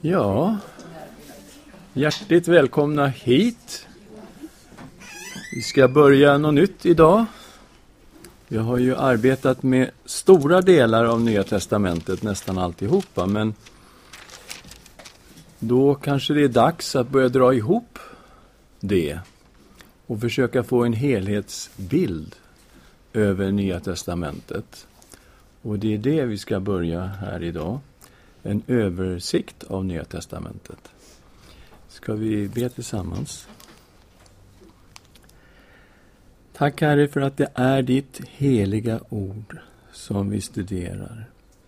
Ja, hjärtligt välkomna hit. Vi ska börja något nytt idag. Vi har ju arbetat med stora delar av Nya Testamentet, nästan alltihopa, men då kanske det är dags att börja dra ihop det och försöka få en helhetsbild över Nya Testamentet. Och det är det vi ska börja här idag. En översikt av Nya Testamentet. Ska vi be tillsammans? Tack Herre för att det är ditt heliga ord som vi studerar.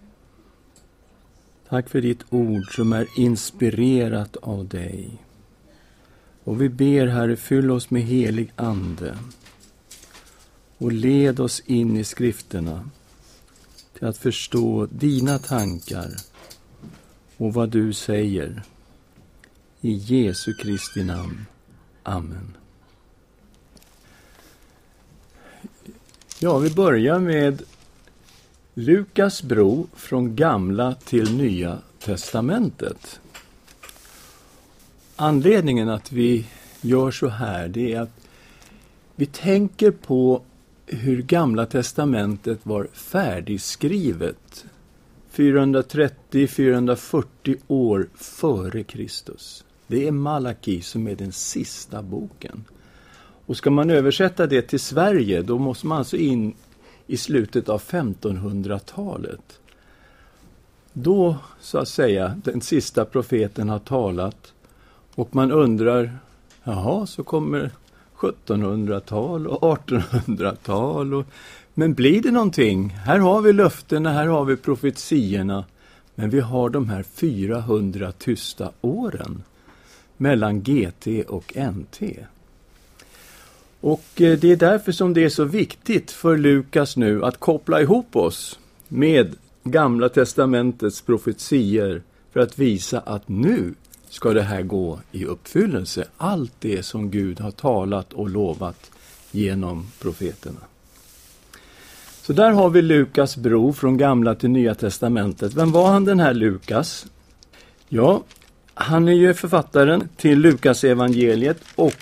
Tack för ditt ord som är inspirerat av dig. Och vi ber Herre, fyll oss med helig ande. Och led oss in i skrifterna till att förstå dina tankar och vad du säger. I Jesu Kristi namn. Amen. Ja, vi börjar med Lukas bro från Gamla till Nya Testamentet. Anledningen att vi gör så här, det är att vi tänker på hur Gamla Testamentet var färdigskrivet 430-440 år före Kristus. Det är Malaki som är den sista boken. Och ska man översätta det till Sverige, då måste man alltså in i slutet av 1500-talet. Då, så att säga, den sista profeten har talat. Och man undrar, jaha, så kommer 1700-tal och 1800-tal. Men blir det någonting? Här har vi löftena, här har vi profetierna. Men vi har de här 400 tysta åren mellan GT och NT. Och det är därför som det är så viktigt för Lukas nu att koppla ihop oss med Gamla testamentets profetier för att visa att nu ska det här gå i uppfyllelse. Allt det som Gud har talat och lovat genom profeterna. Så där har vi Lukas bro från Gamla till Nya Testamentet. Vem var han, den här Lukas? Ja, han är ju författaren till Lukas evangeliet och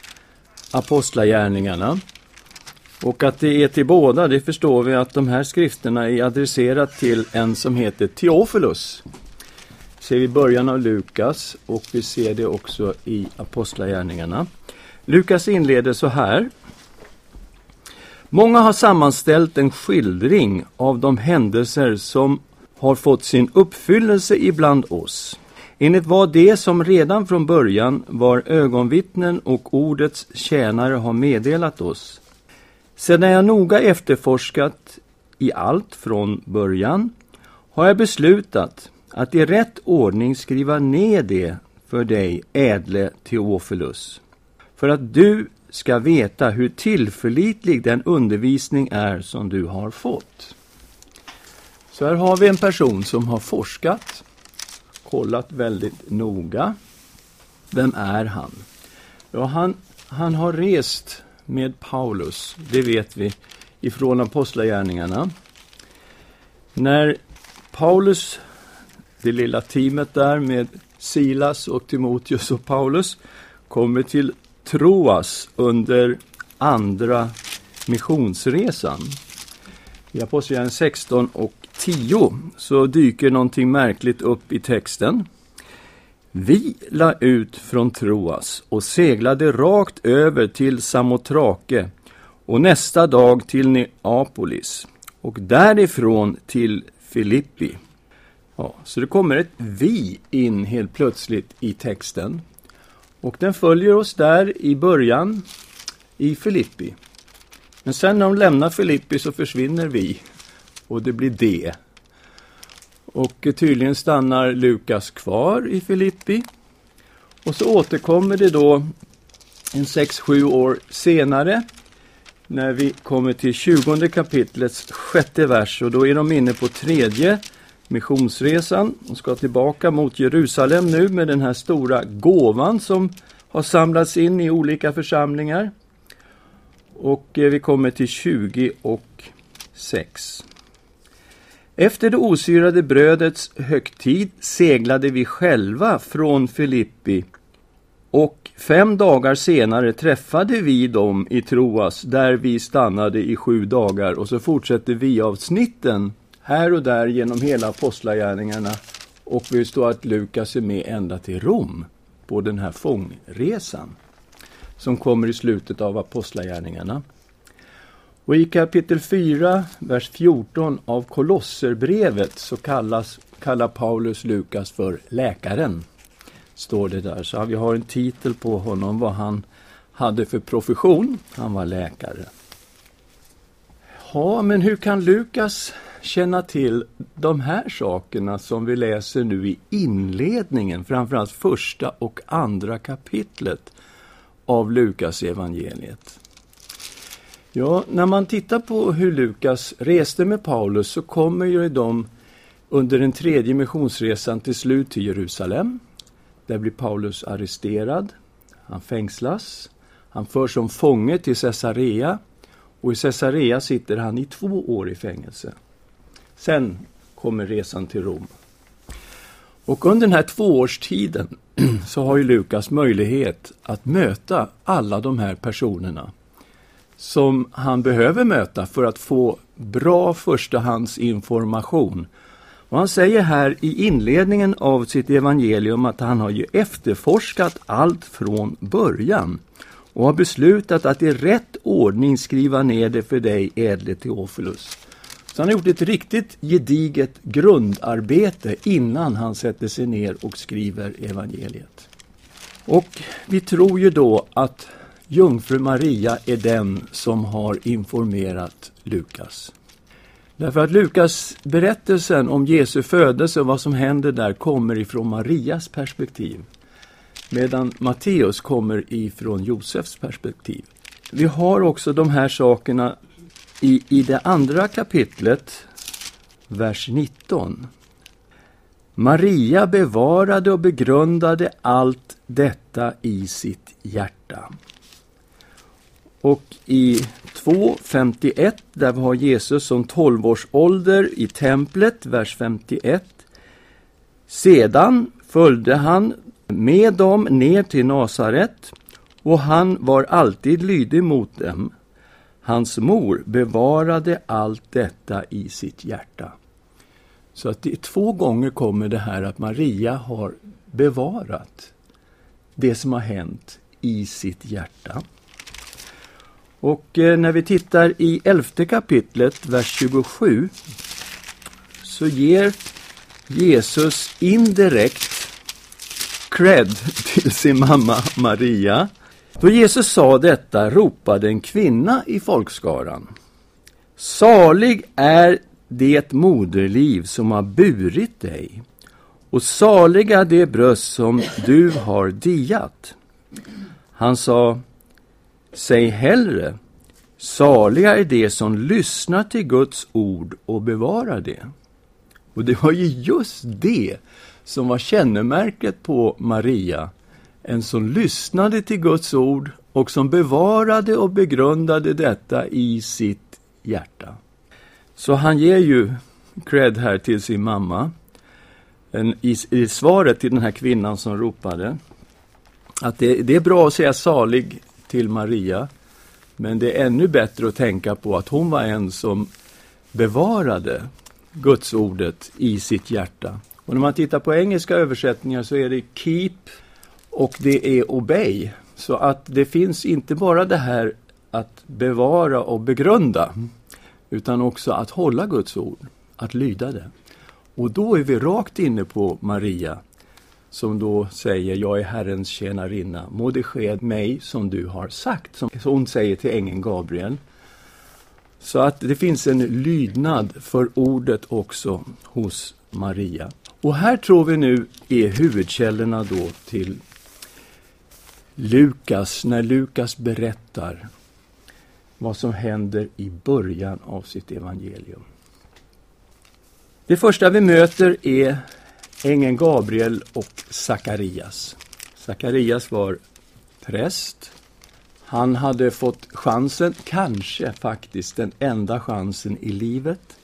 Apostlagärningarna. Och att det är till båda, det förstår vi att de här skrifterna är adresserat till en som heter Theophilus. Ser vi i början av Lukas och vi ser det också i Apostlagärningarna. Lukas inleder så här. Många har sammanställt en skildring av de händelser som har fått sin uppfyllelse ibland oss. Enligt vad det som redan från början var ögonvittnen och ordets tjänare har meddelat oss. Sedan jag noga efterforskat i allt från början har jag beslutat att i rätt ordning skriva ner det för dig, ädle Theophilus, för att du ska veta hur tillförlitlig den undervisning är som du har fått. Så här har vi en person som har forskat, kollat väldigt noga. Vem är han? Ja, han har rest med Paulus, det vet vi, ifrån Apostlagärningarna. När Paulus, det lilla teamet där med Silas och Timoteus och Paulus, kommer till Troas under andra missionsresan. I Apostlagärningarna 16 och 10 så dyker någonting märkligt upp i texten. Vi la ut från Troas och seglade rakt över till Samotrake och nästa dag till Neapolis och därifrån till Filippi. Ja, så det kommer ett vi in helt plötsligt i texten. Och den följer oss där i början i Filippi. Men sen när de lämnar Filippi så försvinner vi. Och det blir det. Och tydligen stannar Lukas kvar i Filippi. Och så återkommer det då en 6-7 år senare. När vi kommer till 20 kapitlets 6:e vers. Och då är de inne på 3:e missionsresan. De ska tillbaka mot Jerusalem nu med den här stora gåvan som har samlats in i olika församlingar. Och vi kommer till 20 och 6. Efter det osyrade brödets högtid seglade vi själva från Filippi, och 5 dagar senare träffade vi dem i Troas, där vi stannade i 7 dagar. Och så fortsätter vi avsnitten här och där genom hela apostlagärningarna, och vi står att Lukas är med ända till Rom på den här fångresan som kommer i slutet av apostlagärningarna. Och i kapitel 4, vers 14 av Kolosserbrevet så kallar Paulus Lukas för läkaren, står det där. Så vi har en titel på honom, vad han hade för profession. Han var läkare. Ja, men hur kan Lukas känna till de här sakerna som vi läser nu i inledningen, framförallt första och andra kapitlet av Lukas evangeliet? Ja, när man tittar på hur Lukas reste med Paulus så kommer ju de under den 3:e missionsresan till slut till Jerusalem. Där blir Paulus arresterad, han fängslas, han förs som fånge till Caesarea, och i Caesarea sitter han i 2 år i fängelse. Sen kommer resan till Rom. Och under den här 2-årstiden så har ju Lukas möjlighet att möta alla de här personerna som han behöver möta för att få bra förstahandsinformation. Och han säger här i inledningen av sitt evangelium att han har ju efterforskat allt från början och har beslutat att i rätt ordning skriva ner det för dig, ädle Teofilus. Så han har gjort ett riktigt gediget grundarbete innan han sätter sig ner och skriver evangeliet. Och vi tror ju då att jungfru Maria är den som har informerat Lukas. Därför att Lukas berättelsen om Jesu födelse och vad som händer där kommer ifrån Marias perspektiv, medan Matteus kommer ifrån Josefs perspektiv. Vi har också de här sakerna i det andra kapitlet, vers 19. Maria bevarade och begrundade allt detta i sitt hjärta. Och i 2:51, där vi har Jesus som 12-års ålder i templet, vers 51. Sedan följde han med dem ner till Nasaret, och han var alltid lydig mot dem. Hans mor bevarade allt detta i sitt hjärta. Så att det 2 gånger kommer det här att Maria har bevarat det som har hänt i sitt hjärta. Och när vi tittar i 11:e kapitlet, vers 27, så ger Jesus indirekt cred till sin mamma Maria. Då Jesus sa detta ropade en kvinna i folkskaran: salig är det moderliv som har burit dig, och saliga det bröst som du har diat. Han sa: säg hellre, saliga är det som lyssnar till Guds ord och bevarar det. Och det var ju just det som var kännemärket på Maria. En som lyssnade till Guds ord och som bevarade och begrundade detta i sitt hjärta. Så han ger ju cred här till sin mamma. I svaret till den här kvinnan som ropade. Att det är bra att säga salig till Maria. Men det är ännu bättre att tänka på att hon var en som bevarade Guds ordet i sitt hjärta. Och när man tittar på engelska översättningar så är det keep och det är obey. Så att det finns inte bara det här att bevara och begrunda, utan också att hålla Guds ord, att lyda det. Och då är vi rakt inne på Maria, som då säger: jag är Herrens tjänarinna, må det ske mig som du har sagt, som hon säger till ängeln Gabriel. Så att det finns en lydnad för ordet också hos Maria. Och här tror vi nu är huvudkällorna då till Lukas, när Lukas berättar vad som händer i början av sitt evangelium. Det första vi möter är ängeln Gabriel och Sakarias. Sakarias var präst. Han hade fått chansen, kanske faktiskt den enda chansen i livet,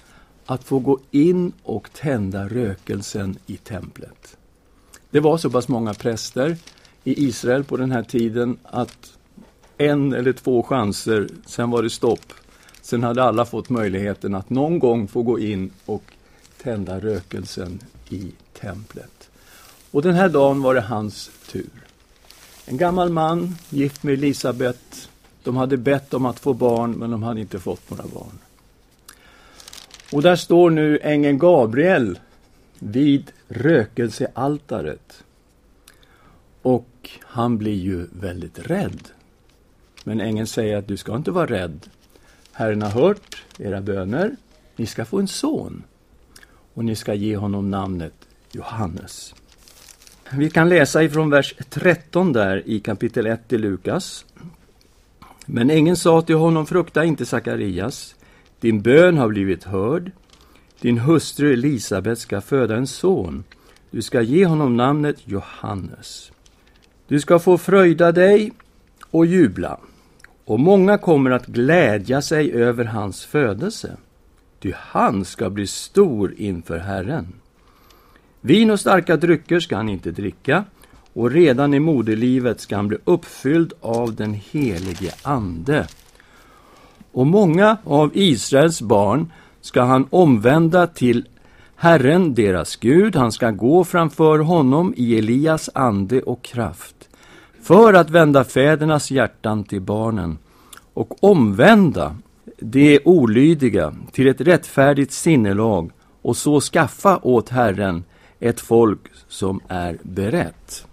att få gå in och tända rökelsen i templet. Det var så pass många präster i Israel på den här tiden att 1 eller 2 chanser, sen var det stopp. Sen hade alla fått möjligheten att någon gång få gå in och tända rökelsen i templet. Och den här dagen var det hans tur. En gammal man, gift med Elisabet. De hade bett om att få barn, men de hade inte fått några barn. Och där står nu ängeln Gabriel vid rökelsealtaret. Och han blir ju väldigt rädd. Men ängeln säger att du ska inte vara rädd. Herren har hört era böner. Ni ska få en son. Och ni ska ge honom namnet Johannes. Vi kan läsa ifrån vers 13 där i kapitel 1 i Lukas. Men ängeln sa till honom, frukta inte Sakarias. Din bön har blivit hörd. Din hustru Elisabet ska föda en son. Du ska ge honom namnet Johannes. Du ska få fröjda dig och jubla. Och många kommer att glädja sig över hans födelse. Ty han ska bli stor inför Herren. Vin och starka drycker ska han inte dricka. Och redan i moderlivet ska han bli uppfylld av den helige ande. Och många av Israels barn ska han omvända till Herren, deras Gud. Han ska gå framför honom i Elias ande och kraft. För att vända fädernas hjärtan till barnen. Och omvända det olydiga till ett rättfärdigt sinnelag. Och så skaffa åt Herren ett folk som är berett.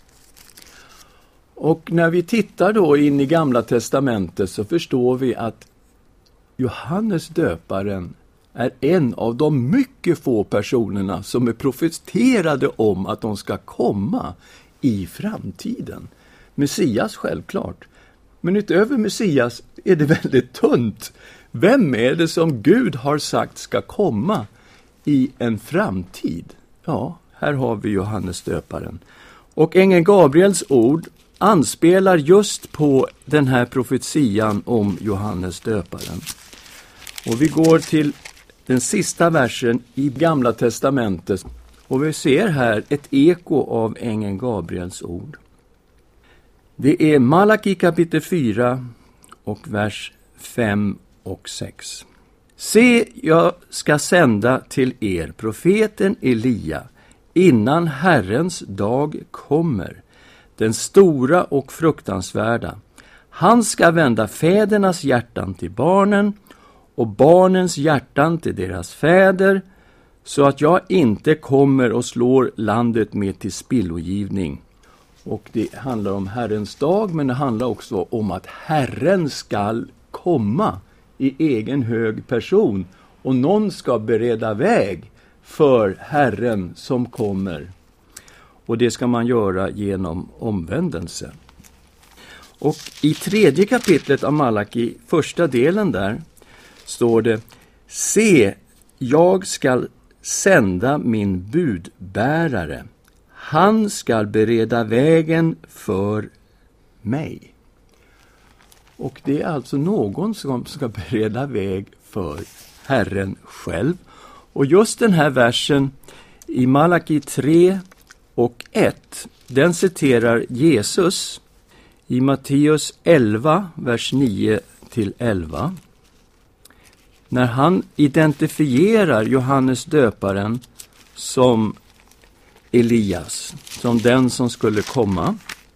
Och när vi tittar då in i Gamla testamentet så förstår vi att Johannes döparen är en av de mycket få personerna som är profeterade om att de ska komma i framtiden. Messias självklart. Men utöver Messias är det väldigt tunt. Vem är det som Gud har sagt ska komma i en framtid? Ja, här har vi Johannes döparen. Och ängeln Gabriels ord anspelar just på den här profetian om Johannes döparen. Och vi går till den sista versen i Gamla testamentet. Och vi ser här ett eko av ängeln Gabriels ord. Det är Malaki kapitel 4 och vers 5 och 6. Se, jag ska sända till er profeten Elia innan Herrens dag kommer, den stora och fruktansvärda. Han ska vända fädernas hjärtan till barnen och barnens hjärtan till deras fäder, så att jag inte kommer och slår landet med till spillogivning. Och det handlar om Herrens dag, men det handlar också om att Herren ska komma i egen hög person. Och någon ska bereda väg för Herren som kommer. Och det ska man göra genom omvändelse. Och i 3:e kapitlet av Malaki, första delen där, står det: Se, jag ska sända min budbärare. Han ska bereda vägen för mig. Och det är alltså någon som ska bereda väg för Herren själv. Och just den här versen i Malaki 3 och 1, den citerar Jesus i Matteus 11, vers 9-11. När han identifierar Johannes döparen som Elias, som den som skulle komma.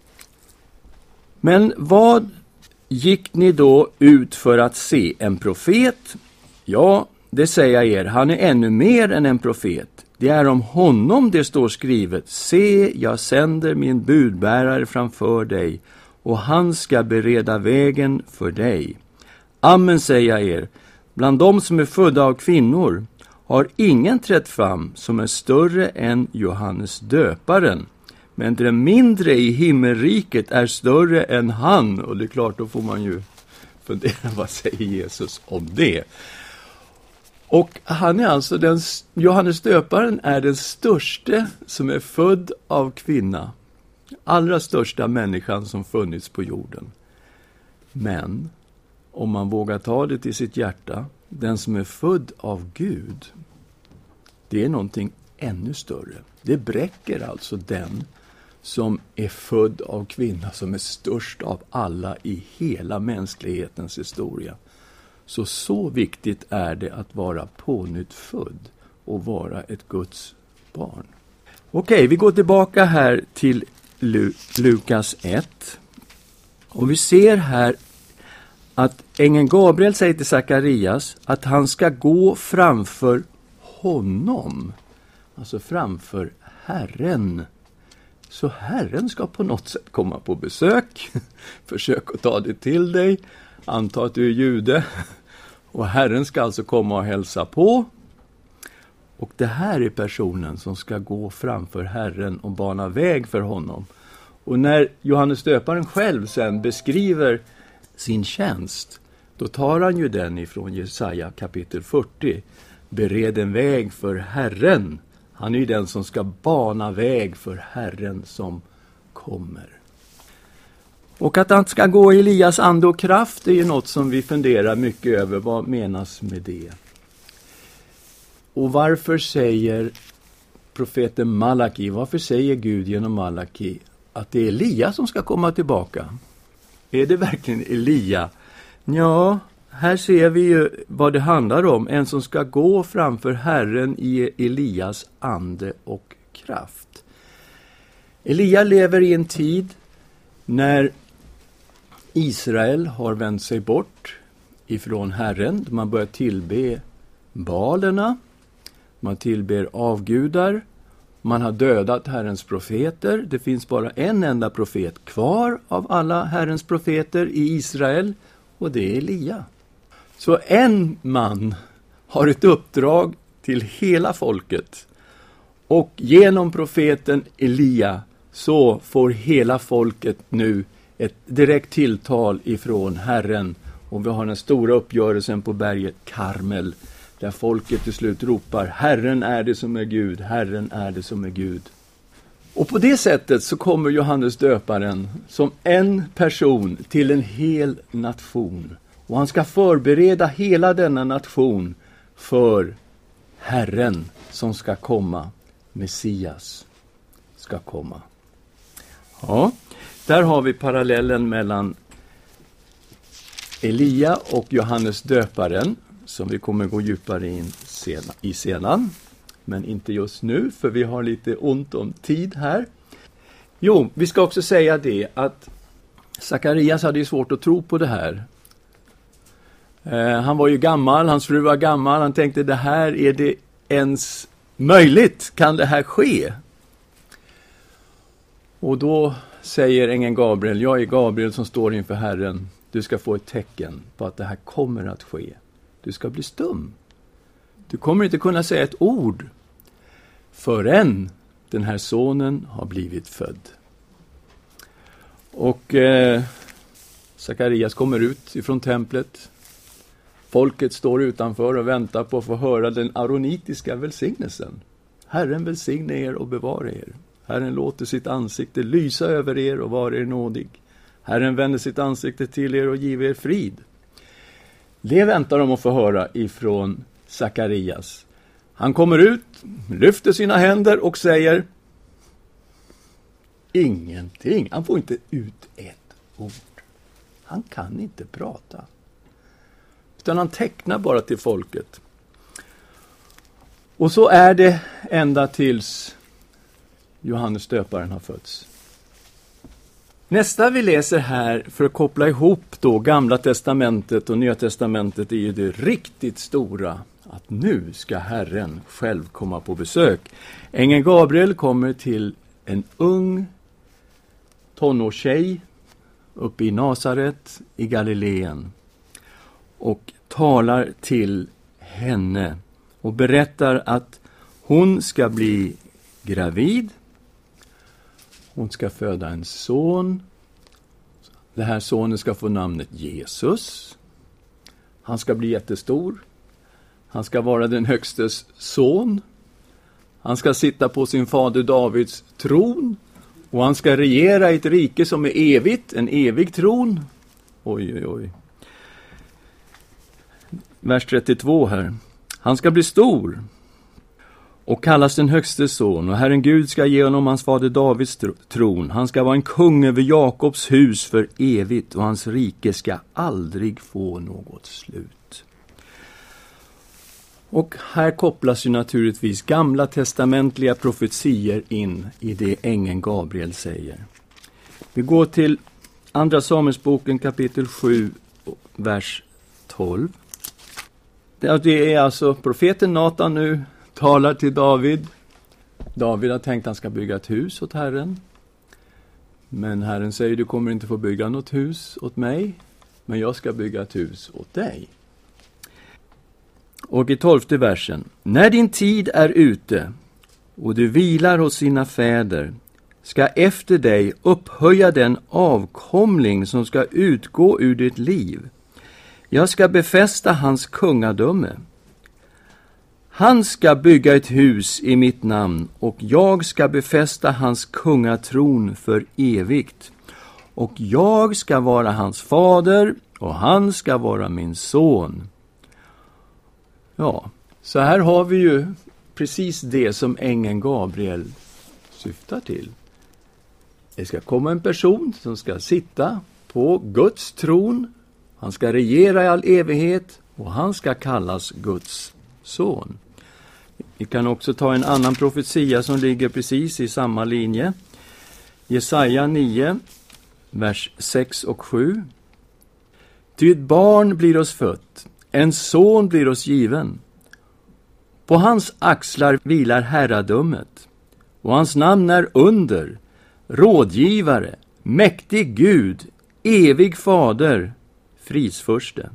Men vad gick ni då ut för att se? En profet? Ja, det säger jag er, han är ännu mer än en profet. Det är om honom det står skrivet: Se, jag sänder min budbärare framför dig, och han ska bereda vägen för dig. Amen, säger jag er, bland de som är födda av kvinnor har ingen trätt fram som är större än Johannes döparen. Men den mindre i himmelriket är större än han. Och det är klart, då får man ju fundera, vad säger Jesus om det? Och han är alltså Johannes döparen är den största som är född av kvinna. Allra största människan som funnits på jorden. Men om man vågar ta det till sitt hjärta, den som är född av Gud, det är någonting ännu större. Det bräcker alltså den som är född av kvinna, som är störst av alla i hela mänsklighetens historia. Så viktigt är det att vara pånyttfödd och vara ett Guds barn. Okej, vi går tillbaka här till Lukas 1. Och vi ser här att ängeln Gabriel säger till Sakarias att han ska gå framför honom. Alltså framför Herren. Så Herren ska på något sätt komma på besök. Försök att ta det till dig. Anta att du är jude. Och Herren ska alltså komma och hälsa på. Och det här är personen som ska gå framför Herren och bana väg för honom. Och när Johannes döparen själv sen beskriver sin tjänst, då tar han ju den ifrån Jesaja kapitel 40. Bered en väg för Herren. Han är ju den som ska bana väg för Herren som kommer. Och att han ska gå i Elias ande och kraft är ju något som vi funderar mycket över. Vad menas med det? Och varför säger profeten Malaki, varför säger Gud genom Malaki att det är Elia som ska komma tillbaka? Är det verkligen Elia? Ja, här ser vi ju vad det handlar om. En som ska gå framför Herren i Elias ande och kraft. Elia lever i en tid när Israel har vänt sig bort ifrån Herren. Man börjar tillbe balerna. Man tillber avgudar. Man har dödat Herrens profeter. Det finns bara en enda profet kvar av alla Herrens profeter i Israel. Och det är Elia. Så en man har ett uppdrag till hela folket. Och genom profeten Elia så får hela folket nu ett direkt tilltal ifrån Herren. Och vi har den stora uppgörelsen på berget Karmel. Där folket till slut ropar: Herren är det som är Gud, Herren är det som är Gud. Och på det sättet så kommer Johannes döparen som en person till en hel nation. Och han ska förbereda hela denna nation för Herren som ska komma. Messias ska komma. Ja, där har vi parallellen mellan Elia och Johannes döparen, som vi kommer gå djupare in i sedan. Men inte just nu, för vi har lite ont om tid här. Jo, vi ska också säga det att Sakarias hade ju svårt att tro på det här. Han var ju gammal, hans fru var gammal. Han tänkte, det här, är det ens möjligt? Kan det här ske? Och då säger ängeln Gabriel: jag är Gabriel som står inför Herren. Du ska få ett tecken på att det här kommer att ske. Du ska bli stum. Du kommer inte kunna säga ett ord förrän den här sonen har blivit född. Och Sakarias kommer ut ifrån templet. Folket står utanför och väntar på att få höra den aronitiska välsignelsen. Herren välsigne er och bevara er. Herren låter sitt ansikte lysa över er och vara er nådig. Herren vänder sitt ansikte till er och giver er frid. Det väntar de att få höra ifrån Sakarias. Han kommer ut, lyfter sina händer och säger ingenting. Han får inte ut ett ord. Han kan inte prata. Utan han tecknar bara till folket. Och så är det ända tills Johannes döparen har fötts. Nästa vi läser här, för att koppla ihop då Gamla testamentet och Nya testamentet, är ju det riktigt stora. Att nu ska Herren själv komma på besök. Ängeln Gabriel kommer till en ung tonårstjej uppe i Nasaret i Galileen. Och talar till henne och berättar att hon ska bli gravid. Hon ska föda en son. Det här sonen ska få namnet Jesus. Han ska bli jättestor. Han ska vara den högstes son. Han ska sitta på sin fader Davids tron. Och han ska regera i ett rike som är evigt. En evig tron. Oj, oj, oj. vers 32 här. Han ska bli stor och kallas den högste son, och Herren Gud ska ge honom hans fader Davids tron. Han ska vara en kung över Jakobs hus för evigt, och hans rike ska aldrig få något slut. Och här kopplas ju naturligtvis gamla testamentliga profetier in i det ängeln Gabriel säger. Vi går till Andra Samuelsboken kapitel 7, vers 12. Det är alltså profeten Natan nu talar till David. David har tänkt att han ska bygga ett hus åt Herren. Men Herren säger, du kommer inte få bygga något hus åt mig, men jag ska bygga ett hus åt dig. Och i 12:e versen. När din tid är ute och du vilar hos sina fäder, ska efter dig upphöja den avkomling som ska utgå ur ditt liv. Jag ska befästa hans kungadöme. Han ska bygga ett hus i mitt namn, och jag ska befästa hans kungatron för evigt. Och jag ska vara hans fader, och han ska vara min son. Ja, så här har vi ju precis det som ängeln Gabriel syftar till. Det ska komma en person som ska sitta på Guds tron. Han ska regera i all evighet, och han ska kallas Guds son. Vi kan också ta en annan profetia som ligger precis i samma linje. Jesaja 9, vers 6 och 7. Ty ett barn blir oss fött, en son blir oss given. På hans axlar vilar herradömet, och hans namn är under, rådgivare, mäktig Gud, evig fader, fridsförste.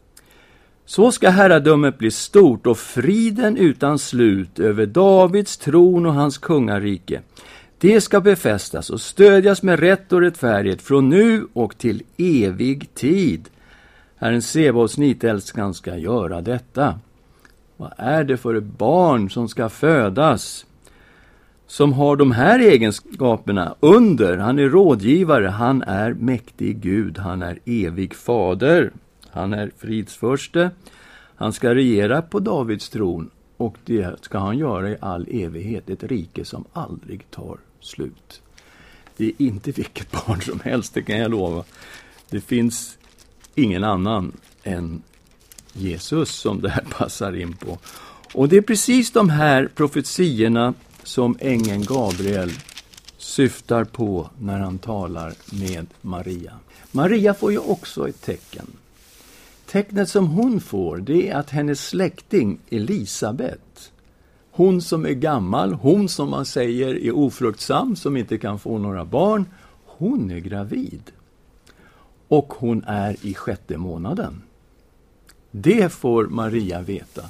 Så ska herradömet bli stort och friden utan slut över Davids tron och hans kungarike. Det ska befästas och stödjas med rätt och rättfärdighet från nu och till evig tid. Herren Sebaots nitälskan ska göra detta. Vad är det för barn som ska födas som har de här egenskaperna? Han är rådgivare, han är mäktig Gud, han är evig fader, han är fridsförste, han ska regera på Davids tron, och det ska han göra i all evighet, ett rike som aldrig tar slut. Det är inte vilket barn som helst, det kan jag lova. Det finns ingen annan än Jesus som det här passar in på. Och det är precis de här profetierna som ängeln Gabriel syftar på när han talar med Maria. Maria får ju också ett tecken. Tecknet som hon får, det är att hennes släkting Elisabet, hon som är gammal, hon som man säger är ofruktsam, som inte kan få några barn, hon är gravid. Och hon är i 6:e månaden. Det får Maria veta.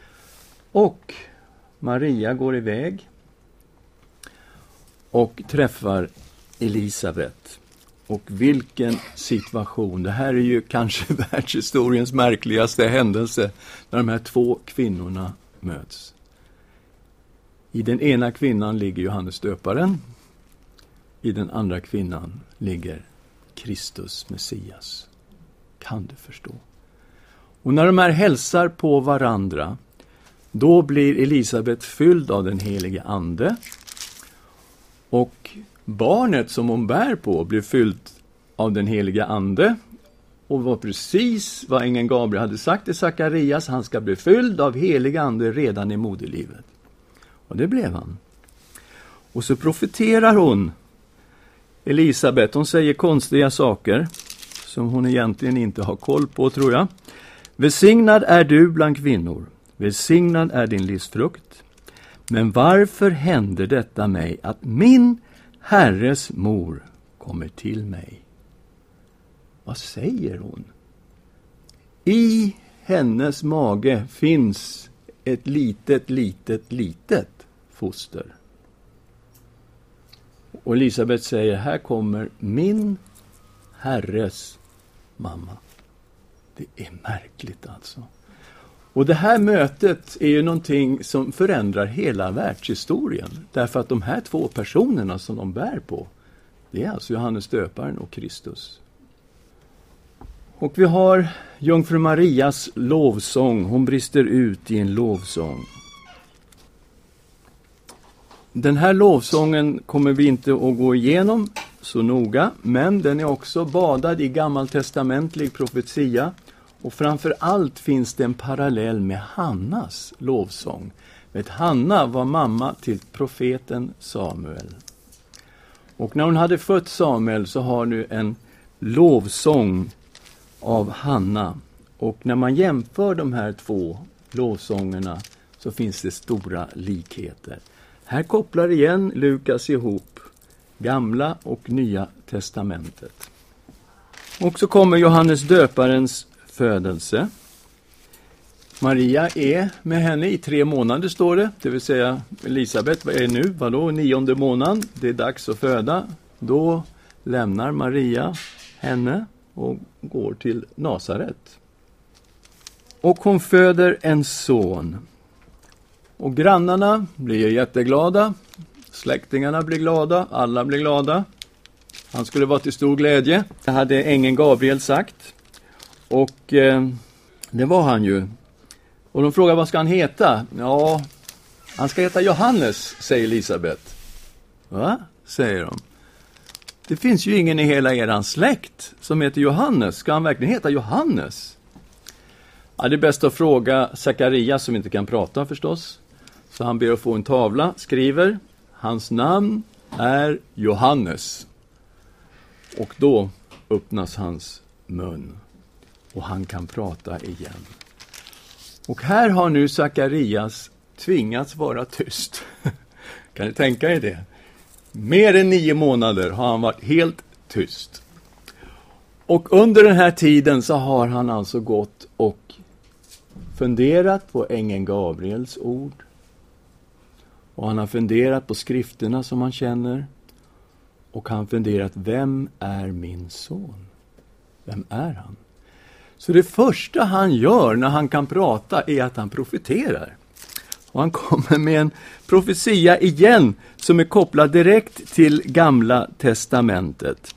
Och Maria går iväg och träffar Elisabet. Och vilken situation. Det här är ju kanske världshistoriens märkligaste händelse när de här två kvinnorna möts. I den ena kvinnan ligger Johannes döparen. I den andra kvinnan ligger Kristus, Messias. Kan du förstå? Och när de här hälsar på varandra, då blir Elisabet fylld av den helige ande. Och barnet som hon bär på blir fyllt av den helige ande. Och var precis vad ängeln Gabriel hade sagt till Sakarias, han ska bli fylld av helig ande redan i moderlivet. Och det blev han. Och så profeterar hon, Elisabet, hon säger konstiga saker som hon egentligen inte har koll på, tror jag. Välsignad är du bland kvinnor, välsignad är din livsfrukt. Men varför händer detta mig att min Herres mor kommer till mig? Vad säger hon? I hennes mage finns ett litet foster. Och Elisabet säger, här kommer min Herres mamma. Det är märkligt alltså. Och det här mötet är ju någonting som förändrar hela världshistorien. Därför att de här två personerna som de bär på, det är alltså Johannes döparen och Kristus. Och vi har jungfru Marias lovsång. Hon brister ut i en lovsång. Den här lovsången kommer vi inte att gå igenom så noga, men den är också badad i gammaltestamentlig profetia. Och framför allt finns det en parallell med Hannas lovsång. Hanna var mamma till profeten Samuel. Och när hon hade fött Samuel så har nu en lovsång av Hanna. Och när man jämför de här två lovsångerna så finns det stora likheter. Här kopplar igen Lukas ihop Gamla och Nya testamentet. Och så kommer Johannes döparens födelse. Maria är med henne i 3 månader står det. Det vill säga Elisabet, vad är det nu? Vadå? 9:e månaden. Det är dags att föda. Då lämnar Maria henne och går till Nasaret. Och hon föder en son. Och grannarna blir jätteglada. Släktingarna blir glada. Alla blir glada. Han skulle vara till stor glädje. Det hade ängeln Gabriel sagt. Och det var han ju. Och de frågar vad ska han heta? Ja, han ska heta Johannes, säger Elisabet. Va? Säger de. Det finns ju ingen i hela eran släkt som heter Johannes. Ska han verkligen heta Johannes? Ja, det är bäst att fråga Sakarias som inte kan prata förstås. Så han ber att få en tavla, skriver. Hans namn är Johannes. Och då öppnas hans mun. Och han kan prata igen. Och här har nu Sakarias tvingats vara tyst. Kan ni tänka er det? Mer än 9 månader har han varit helt tyst. Och under den här tiden så har han alltså gått och funderat på ängeln Gabriels ord. Och han har funderat på skrifterna som han känner. Och han funderat, vem är min son? Vem är han? Så det första han gör när han kan prata är att han profeterar. Och han kommer med en profetia igen som är kopplad direkt till Gamla testamentet.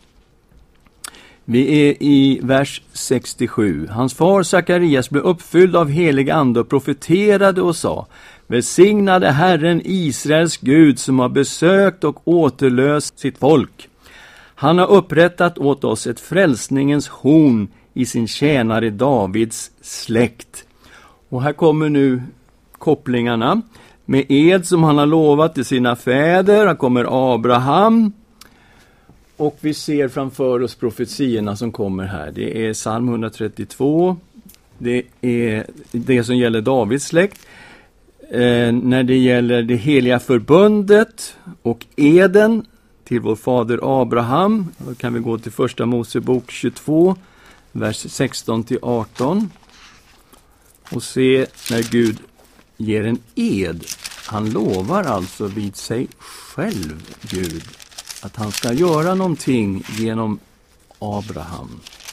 Vi är i vers 67. Hans far Sakarias blev uppfylld av helig ande och profeterade och sa: välsignade Herren Israels Gud som har besökt och återlöst sitt folk. Han har upprättat åt oss ett frälsningens horn i sin tjänare Davids släkt. Och här kommer nu kopplingarna med ed som han har lovat till sina fäder. Här kommer Abraham. Och vi ser framför oss profetierna som kommer här. Det är psalm 132. Det är det som gäller Davids släkt. När det gäller det heliga förbundet och eden till vår fader Abraham. Då kan vi gå till första Mosebok 22, vers 16-18. Och se när Gud ger en ed. Han lovar alltså vid sig själv, Gud, att han ska göra någonting genom Abraham.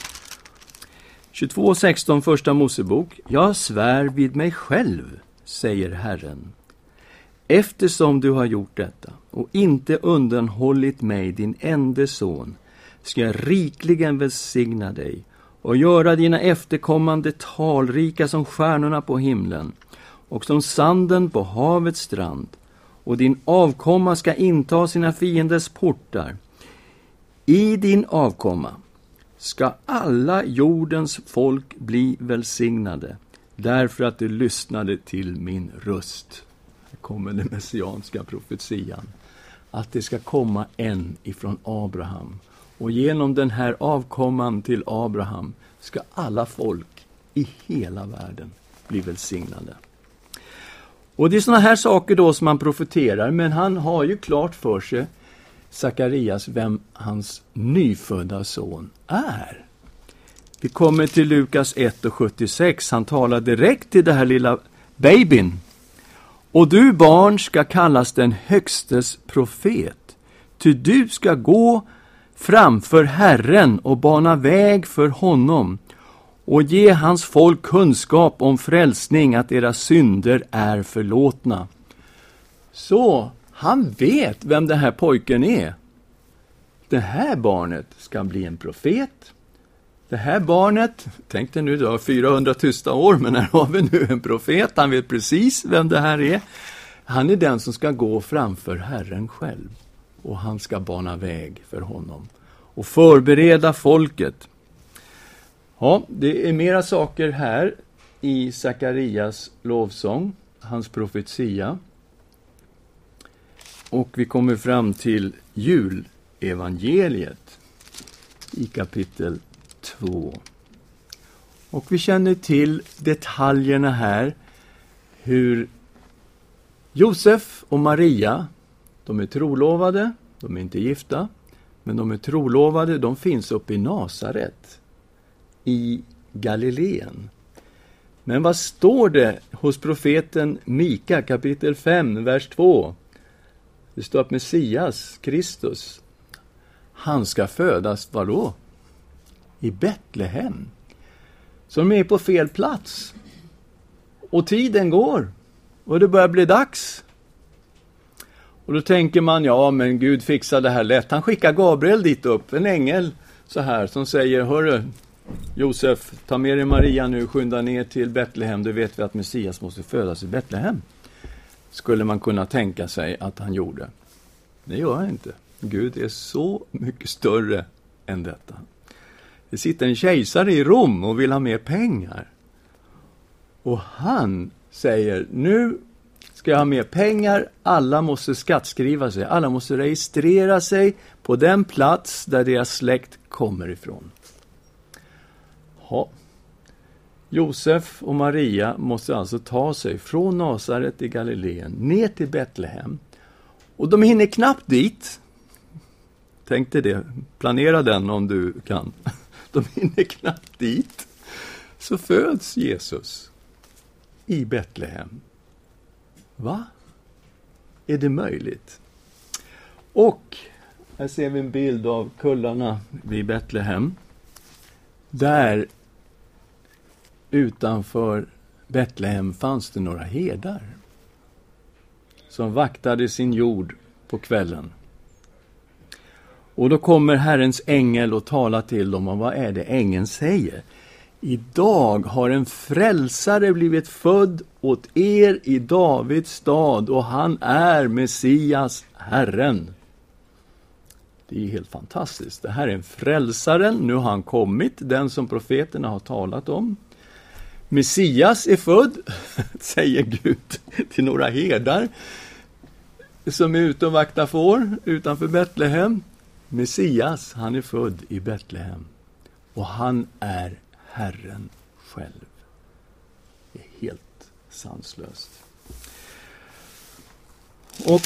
22:16 första Mosebok. Jag svär vid mig själv, säger Herren. Eftersom du har gjort detta och inte undanhållit mig, din enda son, ska jag rikligen välsigna dig och göra dina efterkommande talrika som stjärnorna på himlen och som sanden på havets strand. Och din avkomma ska inta sina fienders portar. I din avkomma ska alla jordens folk bli välsignade, därför att du lyssnade till min röst. Här kommer den messianska profetian. Att det ska komma en ifrån Abraham. Och genom den här avkomman till Abraham ska alla folk i hela världen bli välsignade. Och det är såna här saker då som man profeterar, men han har ju klart för sig, Sakarias, vem hans nyfödda son är. Vi kommer till Lukas 1:76. Han talar direkt till det här lilla babyn. Och du barn ska kallas den högstes profet, ty du ska gå framför Herren och bana väg för honom och ge hans folk kunskap om frälsning, att deras synder är förlåtna. Så han vet vem den här pojken är. Det här barnet ska bli en profet. det här barnet, tänk dig nu, du har 400 tysta år, men här har vi nu en profet, han vet precis vem det här är. Han är den som ska gå framför Herren själv, och han ska bana väg för honom och förbereda folket. Ja, det är mera saker här i Sakarias lovsång, hans profetia. Och vi kommer fram till julevangeliet i kapitel 2. Och vi känner till detaljerna här, hur Josef och Maria, de är trolovade, de är inte gifta, men de är trolovade, de finns uppe i Nasaret, i Galileen. Men vad står det hos profeten Mika, kapitel 5, vers 2? Det står att Messias, Kristus, han ska födas, vadå? I Betlehem. Så de är på fel plats. Och tiden går. Och det börjar bli dags. Och då tänker man, ja men Gud fixar det här lätt. Han skickar Gabriel dit upp, en ängel så här, som säger, hörru Josef, ta med dig Maria nu, skynda ner till Betlehem. Då vet vi att Messias måste födas i Betlehem. Skulle man kunna tänka sig att han gjorde. Det gör han inte. Gud är så mycket större än detta. Det sitter en kejsare i Rom och vill ha mer pengar. Och han säger, nu ska jag ha mer pengar. Alla måste skattskriva sig. Alla måste registrera sig på den plats där deras släkt kommer ifrån. Ja. Josef och Maria måste alltså ta sig från Nasaret i Galileen ner till Betlehem. Och de hinner knappt dit. Tänk dig det. Planera den om du kan. De hinner knappt dit. Så föds Jesus i Betlehem. Va? Är det möjligt? Och här ser vi en bild av kullarna vid Betlehem. Där utanför Betlehem fanns det några herdar som vaktade sin jord på kvällen. Och då kommer Herrens ängel och talar till dem, och vad är det ängeln säger? Idag har en frälsare blivit född åt er i Davids stad, och han är Messias, Herren. Det är helt fantastiskt. Det här är en frälsaren, nu har han kommit, den som profeterna har talat om. Messias är född, säger Gud till några herdar som är ute och vaktar får utanför Betlehem. Messias, han är född i Betlehem. Och han är Herren själv. Det är helt sanslöst. Och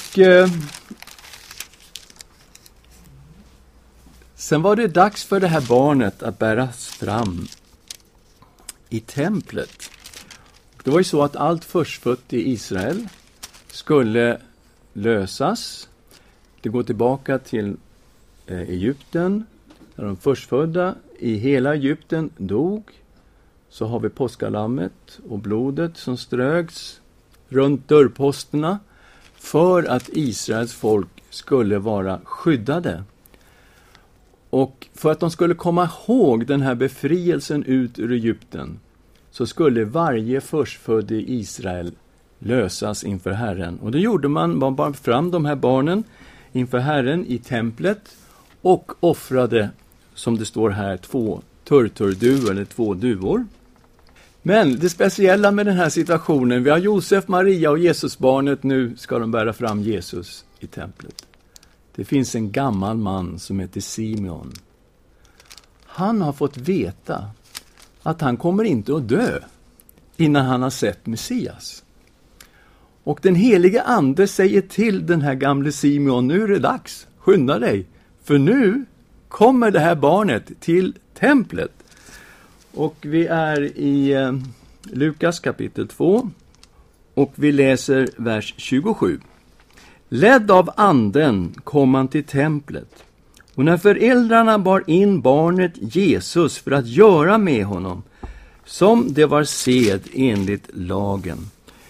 sen var det dags för det här barnet att bäras fram i templet. Det var ju så att allt förstfött i Israel skulle lösas. Det går tillbaka till Egypten, där de förstfödda i hela Egypten dog. Så har vi påskalammet och blodet som ströks runt dörrposterna för att Israels folk skulle vara skyddade. Och för att de skulle komma ihåg den här befrielsen ut ur Egypten, så skulle varje förstfödd i Israel lösas inför Herren. Och det gjorde man bar fram de här barnen inför Herren i templet och offrade, som det står här, 2 turturduvor eller 2 duvor. Men det speciella med den här situationen, vi har Josef, Maria och Jesusbarnet, nu ska de bära fram Jesus i templet. Det finns en gammal man som heter Simeon. Han har fått veta att han kommer inte att dö innan han har sett Messias. Och den helige ande säger till den här gamle Simeon, nu är det dags, skynda dig. För nu kommer det här barnet till templet. Och vi är i Lukas kapitel 2 och vi läser vers 27. Ledd av anden kom han till templet. Och när föräldrarna bar in barnet Jesus för att göra med honom, som det var sed enligt lagen,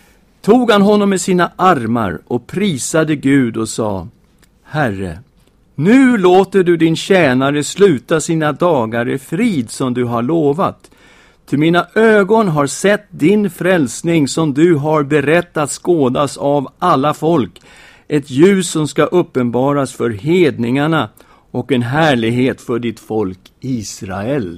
tog han honom med sina armar och prisade Gud och sa: Herre, Nu låter du din tjänare sluta sina dagar i frid som du har lovat. Till mina ögon har sett din frälsning som du har berättat skådas av alla folk. Ett ljus som ska uppenbaras för hedningarna och en härlighet för ditt folk Israel.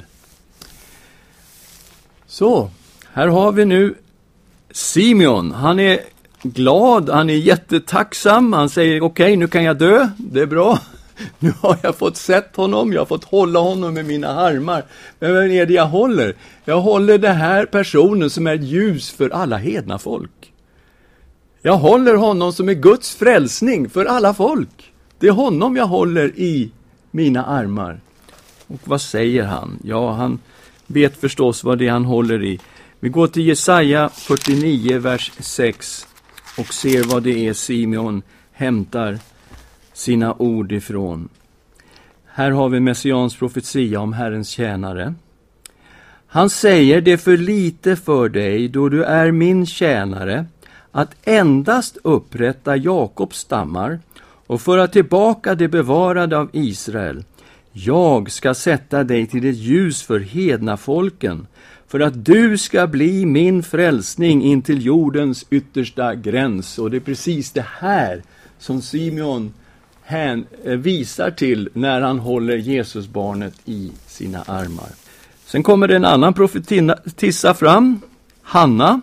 Så, här har vi nu Simeon. Han är glad, han är jättetacksam. Han säger okej, nu kan jag dö, det är bra. Nu har jag fått sett honom, jag har fått hålla honom med mina armar. Men vad är det jag håller? Jag håller den här personen som är ett ljus för alla hedna folk. Jag håller honom som är Guds frälsning för alla folk. Det är honom jag håller i mina armar. Och vad säger han? Ja, han vet förstås vad det är han håller i. Vi går till Jesaja 49, vers 6 och ser vad det är Simeon hämtar sina ord ifrån. Här har vi Messians profetia om Herrens tjänare. Han säger, det är för lite för dig då du är min tjänare att endast upprätta Jakobs stammar och föra tillbaka det bevarade av Israel. Jag ska sätta dig till ett ljus för hedna folken, för att du ska bli min frälsning in till jordens yttersta gräns. Och det är precis det här som Simeon visar till när han håller Jesusbarnet i sina armar. Sen kommer det en annan profetissa fram, Hanna,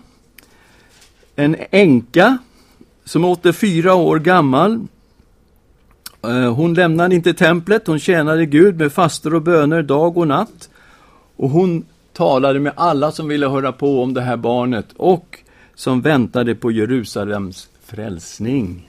en änka som är 84 år gammal. Hon lämnade inte templet, hon tjänade Gud med fastor och böner dag och natt. Och hon talade med alla som ville höra på om det här barnet och som väntade på Jerusalems frälsning.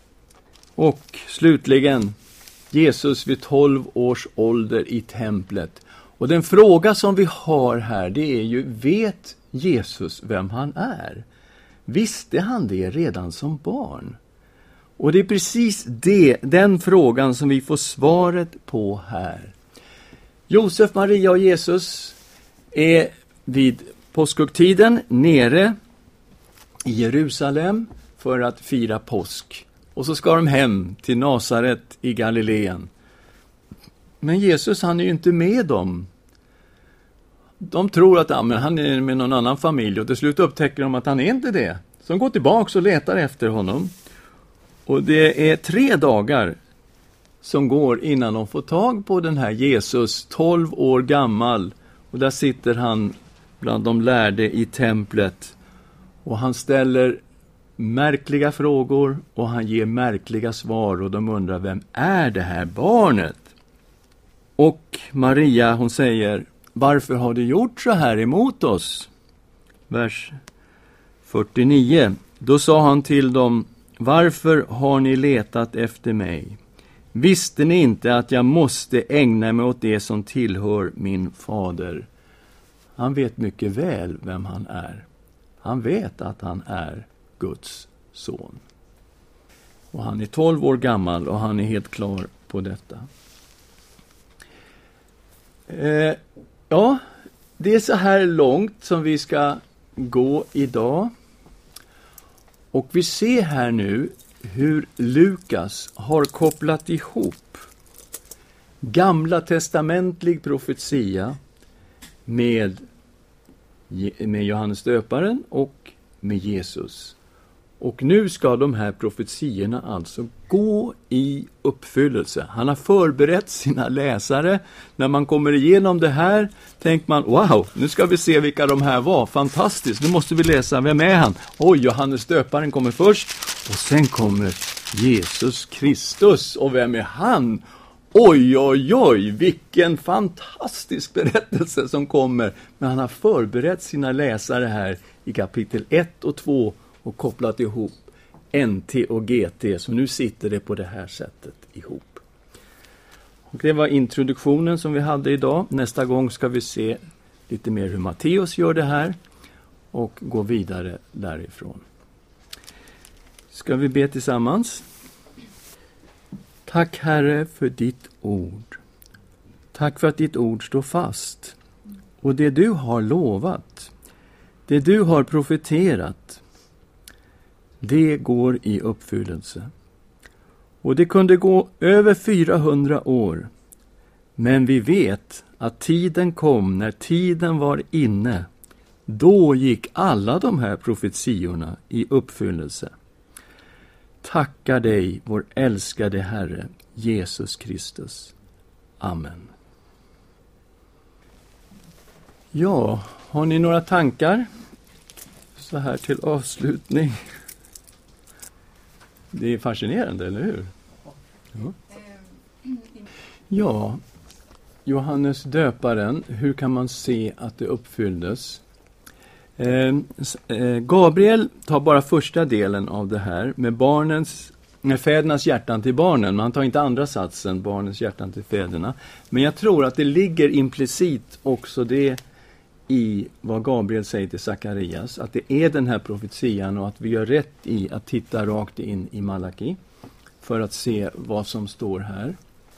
Och slutligen Jesus vid 12 års ålder i templet. Och den fråga som vi har här, det är ju, vet Jesus vem han är? Visste han det redan som barn? Och det är precis den frågan som vi får svaret på här. Josef, Maria och Jesus är vid påskhögtiden nere i Jerusalem för att fira påsk. Och så ska de hem till Nasaret i Galileen. Men Jesus, han är ju inte med dem. De tror att han är med någon annan familj och till slut upptäcker de att han är inte det. Så de går tillbaka och letar efter honom. Och det är 3 dagar som går innan de får tag på den här Jesus, 12 år gammal. Och där sitter han bland de lärde i templet. Och han ställer märkliga frågor och han ger märkliga svar. Och de undrar, vem är det här barnet? Och Maria, hon säger, varför har du gjort så här emot oss? Vers 49. Då sa han till dem, varför har ni letat efter mig? Visste ni inte att jag måste ägna mig åt det som tillhör min fader? Han vet mycket väl vem han är. Han vet att han är Guds son. Och han är 12 år gammal och han är helt klar på detta. Ja, det är så här långt som vi ska gå idag. Och vi ser här nu hur Lukas har kopplat ihop gamla testamentlig profetia med Johannes döparen och med Jesus. Och nu ska de här profetiorna alltså gå i uppfyllelse. Han har förberett sina läsare. När man kommer igenom det här tänker man, wow, nu ska vi se vilka de här var. Fantastiskt, nu måste vi läsa, vem är han? Oj, Johannes döparen kommer först och sen kommer Jesus Kristus. Och vem är han? Oj, oj, oj, vilken fantastisk berättelse som kommer. Men han har förberett sina läsare här i kapitel 1 och 2 och kopplat ihop NT och GT, så nu sitter det på det här sättet ihop. Och det var introduktionen som vi hade idag. Nästa gång ska vi se lite mer hur Matteus gör det här och gå vidare därifrån. Ska vi be tillsammans? Tack Herre för ditt ord. Tack för att ditt ord står fast. Och det du har lovat, det du har profeterat, det går i uppfyllelse. Och det kunde gå över 400 år. Men vi vet att tiden kom, när tiden var inne. Då gick alla de här profetiorna i uppfyllelse. Tackar dig, vår älskade Herre, Jesus Kristus. Amen. Ja, har ni några tankar så här till avslutning? Det är fascinerande, eller hur? Ja. Ja, Johannes döparen, hur kan man se att det uppfylldes? Gabriel tar bara första delen av det här med fädernas hjärtan till barnen. Man tar inte andra satsen, barnens hjärtan till fäderna. Men jag tror att det ligger implicit också det i vad Gabriel säger till Sakarias, att det är den här profetian och att vi gör rätt i att titta rakt in i Malaki för att se vad som står här.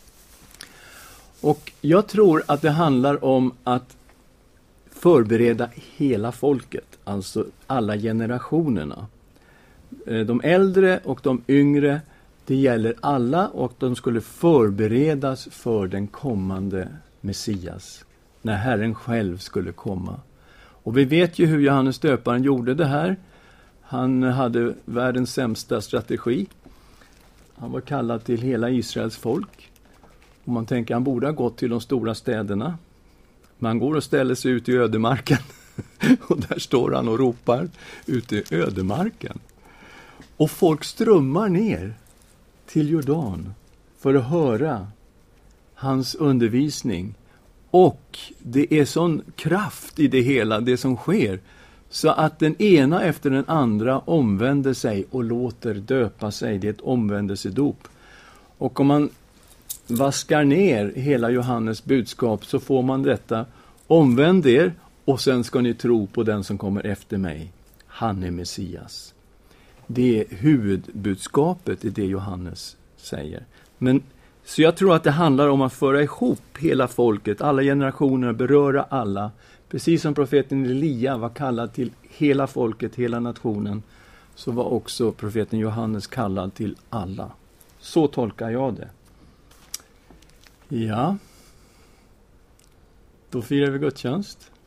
Och jag tror att det handlar om att förbereda hela folket, alltså alla generationerna. De äldre och de yngre, det gäller alla, och de skulle förberedas för den kommande Messias, när Herren själv skulle komma. Och vi vet ju hur Johannes döparen gjorde det här. Han hade världens sämsta strategi. Han var kallad till hela Israels folk. Och man tänker han borde ha gått till de stora städerna. Man går och ställer sig ut i ödemarken. Och där står han och ropar ute i ödemarken. Och folk strömmar ner till Jordan för att höra hans undervisning. Och det är sån kraft i det hela, det som sker, så att den ena efter den andra omvänder sig och låter döpa sig. Det är ett omvändelsedop. Och om man vaskar ner hela Johannes budskap så får man detta: omvänd er och sen ska ni tro på den som kommer efter mig. Han är Messias. Det är huvudbudskapet i det Johannes säger. Så jag tror att det handlar om att föra ihop hela folket, alla generationer, beröra alla. Precis som profeten Elia var kallad till hela folket, hela nationen, så var också profeten Johannes kallad till alla. Så tolkar jag det. Ja, då firar vi gudstjänst.